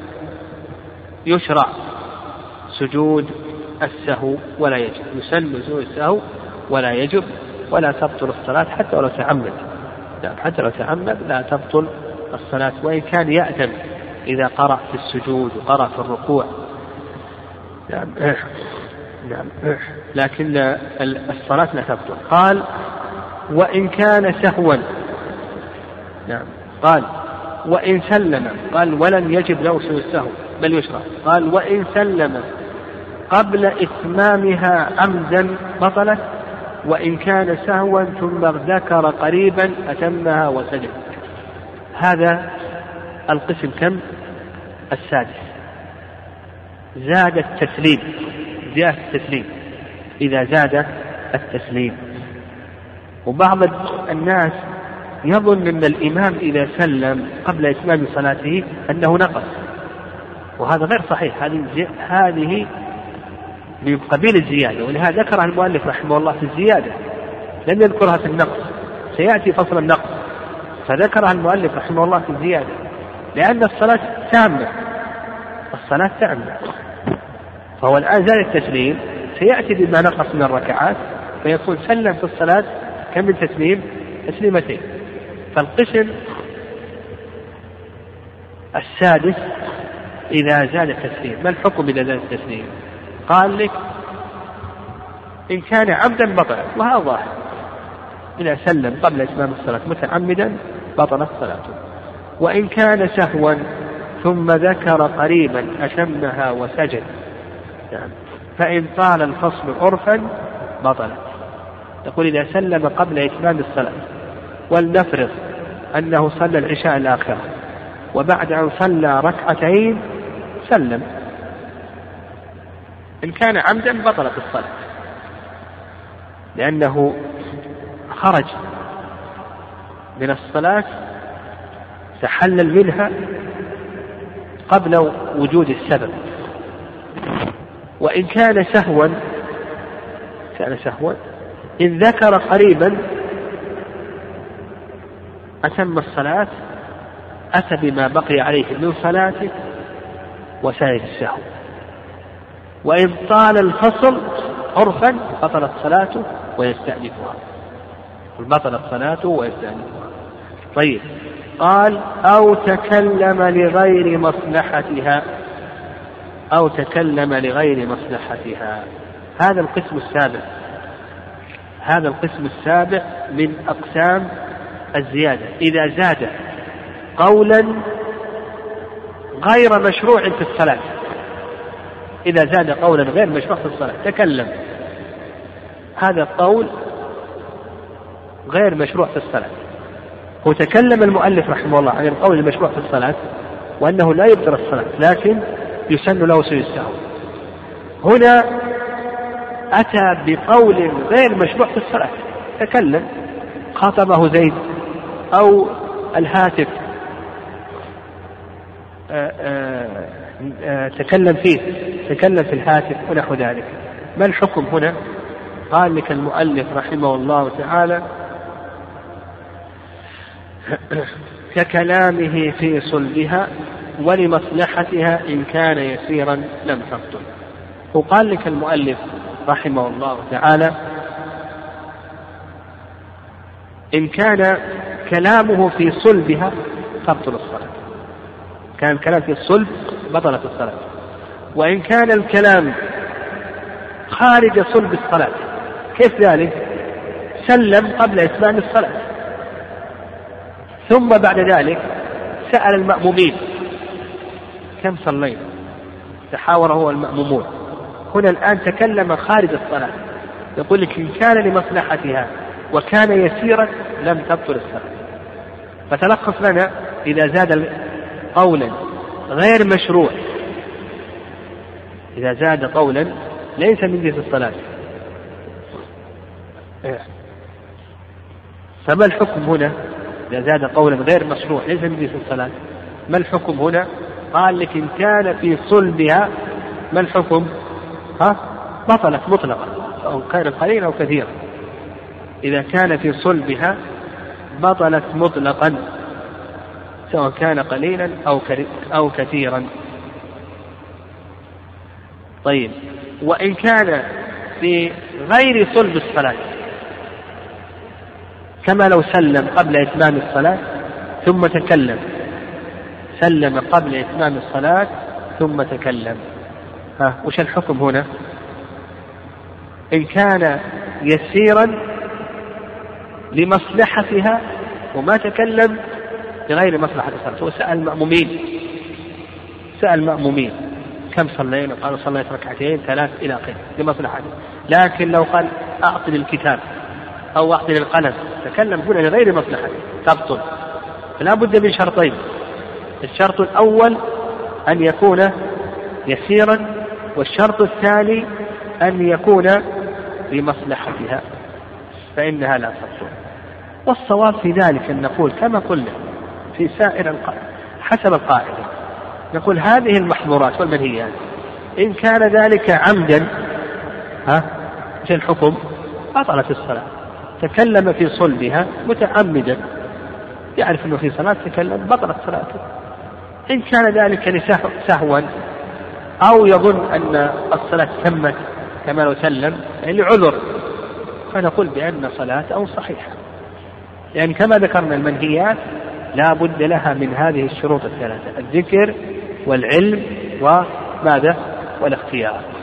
يشرع سجود السهو ولا يجب، يسن سجود السهو ولا يجب، ولا تبطل الصلاة حتى ولو تعمد. حتى لو تعمد لا تبطل الصلاة، وإن كان يأثم إذا قرأ في السجود وقرأ في الركوع. نعم نعم لكن الصلاة لا تبطل. قال: وإن كان سهوا، نعم قال: وإن سلم، قال: ولن يجب له سوء السهو بل يشرع. قال: وإن سلم قبل إتمامها عمدا بطلت، وإن كان سهوا ثم ذكر قريبا أتمها وسجد. هذا القسم كم؟ السادس. زاد التسليم، زاد التسليم إذا زاد التسليم. وبعض الناس يظن أن الإمام إذا سلم قبل إتمام صلاته أنه نقص، وهذا غير صحيح. هذه هذه من قبيل الزيادة، ولهذا ذكرها المؤلف رحمه الله في الزيادة، لم يذكرها في النقص. سيأتي فصل النقص فذكرها المؤلف رحمه الله في الزيادة، لأن الصلاة تامة، الصلاة تامة. فهو الآن زاد التسليم، سيأتي بما نقص من الركعات، فيكون سلم في الصلاة كم من تسليم؟ تسليمتين. فالقسم السادس إذا زاد التسليم. ما الحكم إذا زاد التسليم؟ قال لك: إن كان عمدا بطلت، وهذا ظاهر، إذا سلم قبل إتمام الصلاة متعمدا بطلت صلاته. وإن كان سهوا ثم ذكر قريبا أتمها وسجد، يعني فإن طال الفصل عرفا بطلت. يقول: إذا سلم قبل إتمام الصلاة، ولنفرض أنه صلى العشاء الآخرة وبعد أن صلى ركعتين سلم، إن كان عمدا بطلت الصلاة، لأنه خرج من الصلاة تحلل منها قبل وجود السبب. وإن كان سهوا كان سهوا إن ذكر قريبا أتم الصلاة، أتى بما بقي عليه من صلاته وسائر السهو. وإن طال الفصل عرفا بطلت صلاته ويستأنفها، بطلت صلاته ويستأنفها. طيب، قال أو تكلم لغير مصلحتها، أو تكلم لغير مصلحتها. هذا القسم السابع، هذا القسم السابع من أقسام الزيادة. إذا زاد قولا غير مشروع في الصلاة، إذا زاد قولا غير مشروع في الصلاة تكلم، هذا القول غير مشروع في الصلاة. هو تكلم المؤلف رحمه الله عن القول المشروع في الصلاة وأنه لا يبطل الصلاة لكن يسن له سجود السهو. هنا أتى بقول غير مشروع في الصلاة، تكلم، خاطبه زيد أو الهاتف آآ آآ تكلم فيه، تكلم في الهاتف ونحو ذلك. ما الحكم هنا؟ قال لك المؤلف رحمه الله تعالى ككلامه في صلبها ولمصلحتها إن كان يسيرا لم تبطل. وقال لك المؤلف رحمه الله تعالى إن كان كلامه في صلبها تبطل الصلاة، كان الكلام في الصلب بطلت الصلاة. وإن كان الكلام خارج صلب الصلاة، كيف ذلك؟ سلم قبل إتمام الصلاة ثم بعد ذلك سأل المأمومين كم صليت، تحاور هو المأمومون. هنا الآن تكلم خارج الصلاة، يقول لك إن كان لمصلحتها وكان يسيرا لم تبطل الصلاة. فتلخص لنا إذا زاد قولا غير مشروع، إذا زاد قولا ليس من جنس الصلاة، فما الحكم هنا؟ إذا زاد قولا غير مشروع ليس من جنس الصلاة، ما الحكم هنا؟ قال لك إن كان في صلبها، ما الحكم؟ ها؟ بطلت مطلقا، أو كان قليلا أو كثيرا. إذا كان في صلبها بطلت مطلقا سواء كان قليلا أو أو كثيرا. طيب، وإن كان في غير صلب الصلاة، كما لو سلم قبل إتمام الصلاة ثم تكلم، سلم قبل إتمام الصلاة ثم تكلم، ها وش الحكم هنا؟ إن كان يسيرا لمصلحتها وما تكلم لغير مصلحة الصلاة، هو سأل المأمومين، سأل المأمومين كم صلينا؟ قالوا صليت ركعتين ثلاث إلى آخره لمصلحته. لكن لو قال أعطني الكتاب أو أعطني القلم، تكلم هنا لغير مصلحة تبطل. فلا بد من شرطين: الشرط الأول أن يكون يسيرا، والشرط الثاني أن يكون لمصلحتها، فإنها لا تبطل. والصواب في ذلك أن نقول كما قلنا في سائر القاعدة، حسب القاعدة نقول هذه المحظورات والمنهيات إن كان ذلك عمدا، ها ايش الحكم؟ بطلت الصلاة. تكلم في صلبها متعمدا، يعرف أنه في صلاة تكلم، بطلت صلاته. إن كان ذلك سهوا أو يظن أن الصلاة تمت كما لو سلم يعني عذر، فنقول بأن صلاته صحيحة، يعني كما ذكرنا المنهيات لا بد لها من هذه الشروط الثلاثة: الذكر والعلم وماذا؟ والاختيار.